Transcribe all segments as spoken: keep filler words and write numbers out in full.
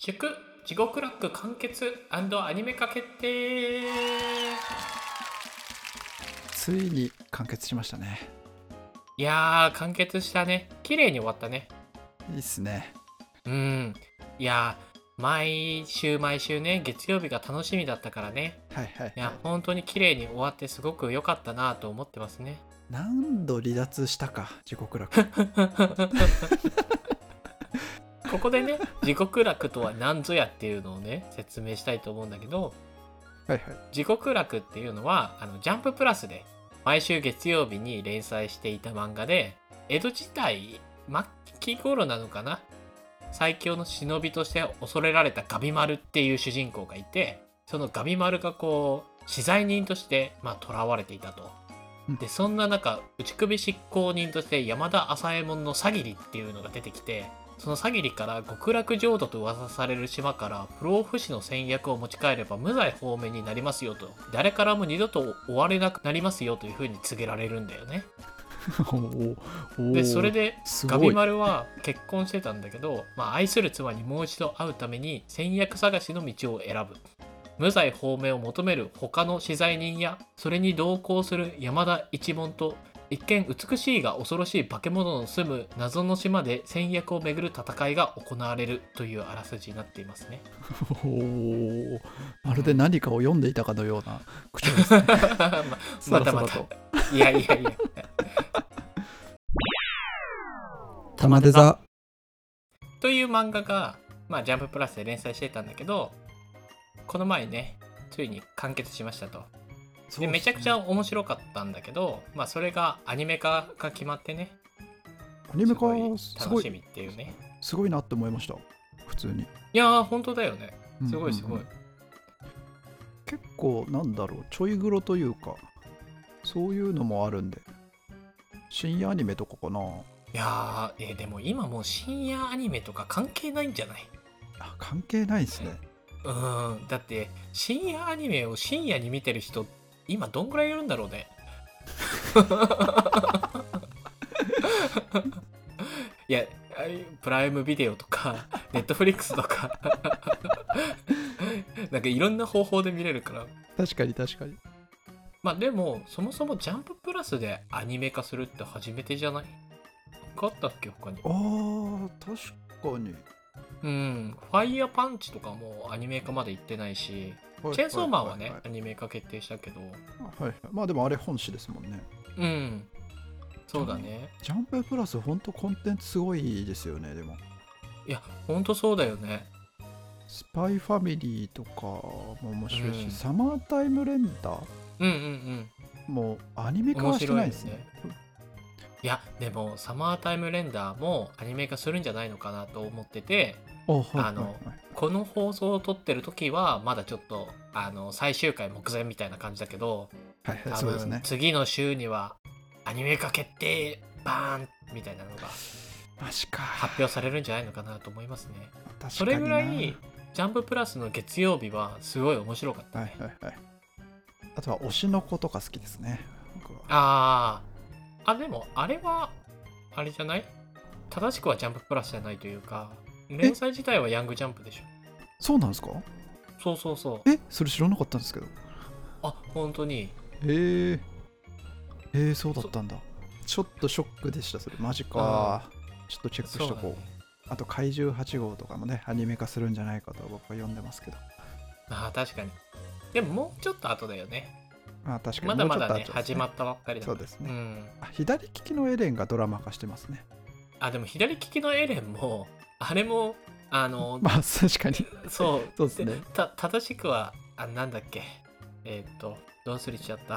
祝地獄ラック完結&アニメ化決定。 ついに完結しましたね。 いやー完結したね。綺麗に終わったね。 いいっすね。 うんいやー毎週毎週ね月曜日が楽しみだったからね。 はいはいいやはい。 本当に綺麗に終わってすごく良かったなと思ってますね。 何度離脱したか、地獄楽。 ここでね地獄楽とは何ぞやっていうのをね説明したいと思うんだけど、 はいはい。 地獄楽っていうのはあのジャンププラスで毎週月曜日に連載していた漫画で、江戸時代末期頃なのかな、最強の忍びとして恐れられたガビ丸っていう主人公がいて、そのガビ丸がこう死罪人としてまあ囚われていたと。でそんな中打首執行人として山田朝右衛門のさぎりっていうのが出てきて、そのさぎりから極楽浄土と噂される島から不老不死の戦略を持ち帰れば無罪放免になりますよと、誰からも二度と追われなくなりますよというふうに告げられるんだよね。でそれでガビ丸は結婚してたんだけど、まあ、愛する妻にもう一度会うために戦略探しの道を選ぶ。無罪放免を求める他の死罪人やそれに同行する山田一門と、一見美しいが恐ろしい化け物の住む謎の島で戦略をめぐる戦いが行われるというあらすじになっていますね。 おまるで何かを読んでいたかのような口調ですね。 ままたまたいやいやいや玉出座という漫画が、まあ、ジャンププラスで連載してたんだけど、この前ねついに完結しましたと。でめちゃくちゃ面白かったんだけど、まあそれがアニメ化が決まってね、 アニメ化すごい楽しみっていうね。 すごいなって思いました、普通に。 いやー本当だよね、すごいすごい、うんうんうん、 結構なんだろう、ちょい黒というかそういうのもあるんで、深夜アニメとかかな。 いやー、えー、でも今もう深夜アニメとか関係ないんじゃない？ あ、関係ないですね。 うんだって深夜アニメを深夜に見てる人今どんぐらいいるんだろうね。いやプライムビデオとかネットフリックスとかなんかいろんな方法で見れるから。 確かに確かに。 まあでもそもそもジャンププラスでアニメ化するって初めてじゃない？かったっけ他に？ あー確かに。 うんファイヤーパンチとかもアニメ化まで行ってないし、はい、チェーンソーマンはね、はいはいはい、アニメ化決定したけど、 はいはい、まあでもあれ本誌ですもんね。 うんそうだね。 ジャンププラスほんとコンテンツすごいですよね。でもいやほんとそうだよね。 スパイファミリーとかも面白いし、うん、サマータイムレンダーうんうんうんもうアニメ化はしてないですね。 いやでもサマータイムレンダーもアニメ化するんじゃないのかなと思ってて、あのこの放送を撮ってる時はまだちょっとあの最終回目前みたいな感じだけど、 はいはい、そうですね。 次の週にはアニメ化決定バーンみたいなのがマジか発表されるんじゃないのかなと思いますね。それぐらいジャンププラスの月曜日はすごい面白かったね。 はいはいはい。あとは推しの子とか好きですね。 あーあでもあれはあれじゃない？正しくはジャンププラスじゃないというか、連載自体はヤングジャンプでしょ。 そうなんですか？ そうそうそう。 えそれ知らなかったんですけど。 あ本当に？ えー、えー、そうだったんだ。ちょっとショックでしたそれ。マジか。ちょっとチェックしとこう。うね、あと怪獣はち号とかもねアニメ化するんじゃないかと僕は読んでますけど。 あ確かに。でももうちょっと後だよね。 あ確かにまだまだ ね, ね始まったばっかりだ。 そうですね、 うん、 あ左利きのエレンがドラマ化してますね。 あでも左利きのエレンもあれもあのまあ確かにそうそうですね。 た正しくはあなんだっけえっ、ー、とどうすりしちゃった。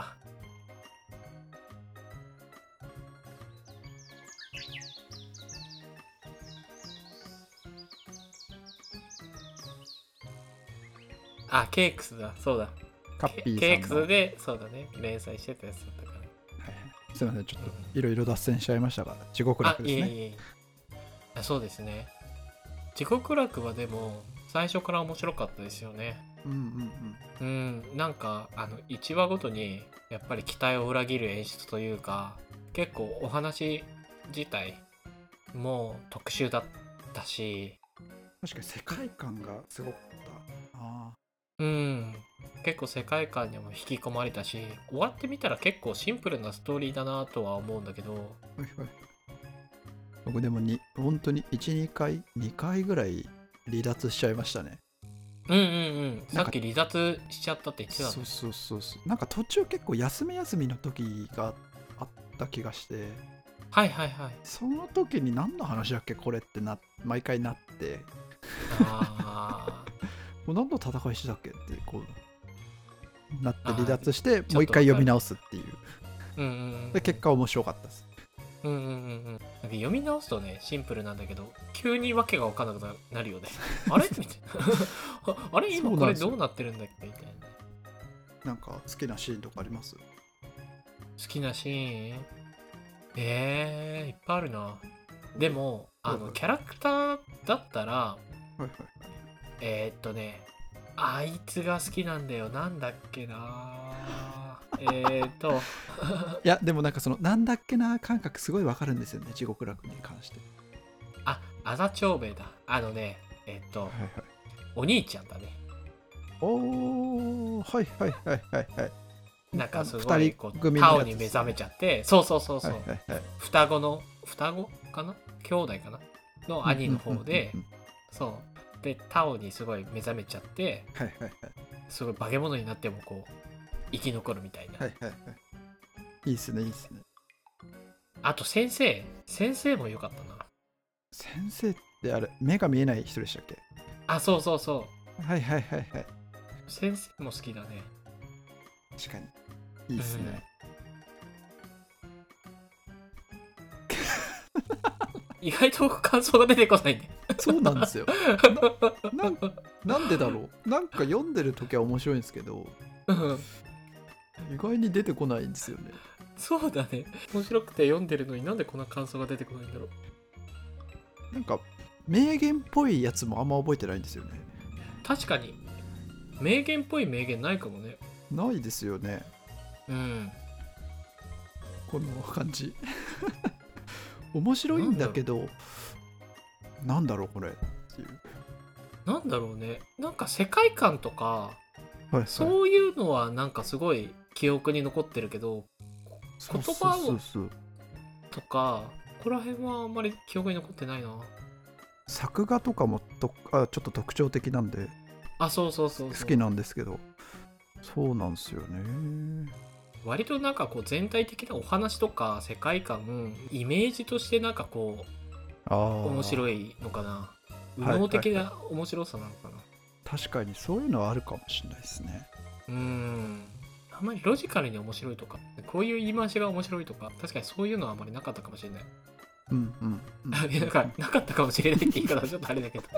あケークスだそうだ。 カッピーさんのケークスでそうだね連載してたやつだったから、はい、 すいませんちょっといろいろ脱線しちゃいましたが、地獄楽ですね。 あいえいえあそうですね。地獄楽はでも最初から面白かったですよね。 うんうんうん、うんなんかあのいちわごとにやっぱり期待を裏切る演出というか、結構お話自体も特殊だったし、 確かに世界観がすごかった。あうん結構世界観にも引き込まれたし、終わってみたら結構シンプルなストーリーだなとは思うんだけど、 はいはい、僕でもに本当にいち、にかい、にかいぐらい離脱しちゃいましたね。 うんうんうんさっき離脱しちゃったって言ってたね。 そうそうそうそう。なんか途中結構休み休みの時があった気がして、 はいはいはい。 その時に何の話だっけこれってな毎回なって、 あもう何の戦いしてたっけってこうなって離脱しちょっとてもう一回読み直すっていう。 うんうんうんで結果面白かったです。 うんうんうんうんなんか読み直すとねシンプルなんだけど急にわけが分かんなくなるよね。あれみたいなあれ今これどうなってるんだっけみたいな。 なんか好きなシーンとかあります？ 好きなシーンえー、いっぱいあるな。でもあのキャラクターだったらはいはいえー、っとねあいつが好きなんだよ。なんだっけなえーっといやでもなんかそのなんだっけな感覚すごいわかるんですよね、地獄楽に関して。 ああざ長兵衛だ。あのねえー、っと、 はいはい、 お兄ちゃんだね。 おーはいはいはいはいはいなんかすごいこう組タオに目覚めちゃって、そうそうそうそう、 はいはいはい、 双子の双子かな兄弟かなの兄の方で、そうでタオにすごい目覚めちゃって、 はいはいはい、 すごい化け物になってもこう生き残るみたいな。 はいはいはい、いいっすねいいっすね。 あと先生先生も良かったな。 先生ってあれ目が見えない人でしたっけ？ あそうそうそう、 はいはいはいはい、 先生も好きだね。 確かにいいっすね、 うん、意外と感想が出てこないね。 そうなんですよな, な, なんでだろう。なんか読んでる時は面白いんですけど意外に出てこないんですよね。 そうだね、面白くて読んでるのになんでこんな感想が出てこないんだろう。 なんか名言っぽいやつもあんま覚えてないんですよね。 確かに名言っぽい名言ないかもね。 ないですよね、 うん、 この感じ面白いんだけどなんだろうこれっていう。 なんだろうね、なんか世界観とか、 はいはい、 そういうのはなんかすごい記憶に残ってるけど、言葉をとかここら辺はあんまり記憶に残ってないな。 作画とかもとあちょっと特徴的なんで、 あそうそうそうそう、 好きなんですけど、そうなんですよね。 割となんかこう全体的なお話とか世界観イメージとしてなんかこうあ面白いいのかな、右脳的な面白さなのかな、 はいはい、確かにそういうのはあるかもしれないですね。 うーんあんまりロジカルに面白いとかこういう言い回しが面白いとか確かにそういうのはあんまりなかったかもしれない。 うんうん、うん、 なんかなかったかもしれないって言い方はちょっとあれだけど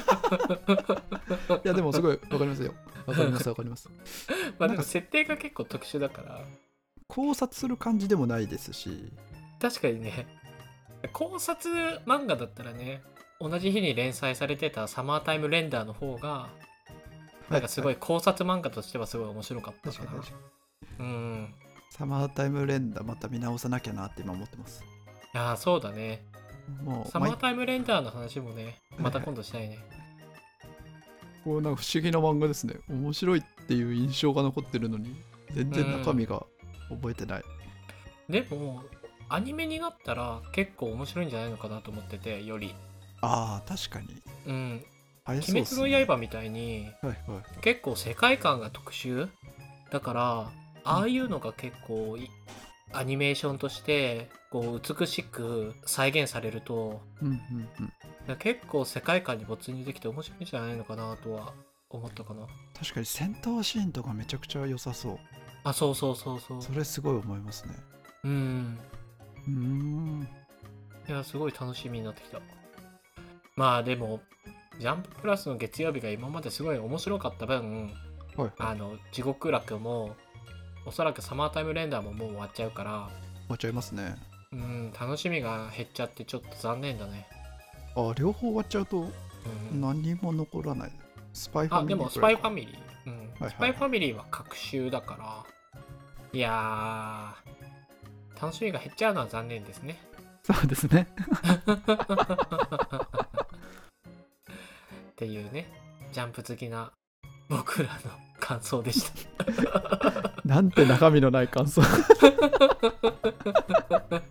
いやでもすごいわかりますよ。わかりますわかります。 まあでも設定が結構特殊だから考察する感じでもないですし。 確かにね、考察漫画だったらね、同じ日に連載されてたサマータイムレンダーの方がなんかすごい考察漫画としてはすごい面白かったかな。 確かに確かに、 うん、 サマータイムレンダーまた見直さなきゃなって今思ってます。 いやそうだね、 もうサマータイムレンダーの話もねまた今度したいね。 こうなんか不思議な漫画ですね。面白いっていう印象が残ってるのに全然中身が覚えてない、 うん、でもアニメになったら結構面白いんじゃないのかなと思ってて、よりああ確かに、 うん、 鬼鬼滅の刃みたいに、 はいはい、 結構世界観が特殊だから、ああいうのが結構アニメーションとしてこう美しく再現されると、 うんうんうん、 結構世界観に没入できて面白いんじゃないのかなとは思ったかな。 確かに戦闘シーンとかめちゃくちゃ良さそう。 あそうそうそうそう、 それすごい思いますね。 うんうーん、 いやすごい楽しみになってきた。まあでもジャンププラスの月曜日が今まですごい面白かった分、 はいはい、 あの地獄楽もおそらくサマータイムレンダーももう終わっちゃうから、 終わっちゃいますね。 うん、楽しみが減っちゃってちょっと残念だね。 あ、両方終わっちゃうとうん、 何も残らない。スパイファあミリーでもスパイファミリー、うんはいはい、 スパイファミリーは隔週だから、いやー楽しみが減っちゃうのは残念ですね。 そうですねっていうね、ジャンプ好きな僕らの感想でしたなんて中身のない感想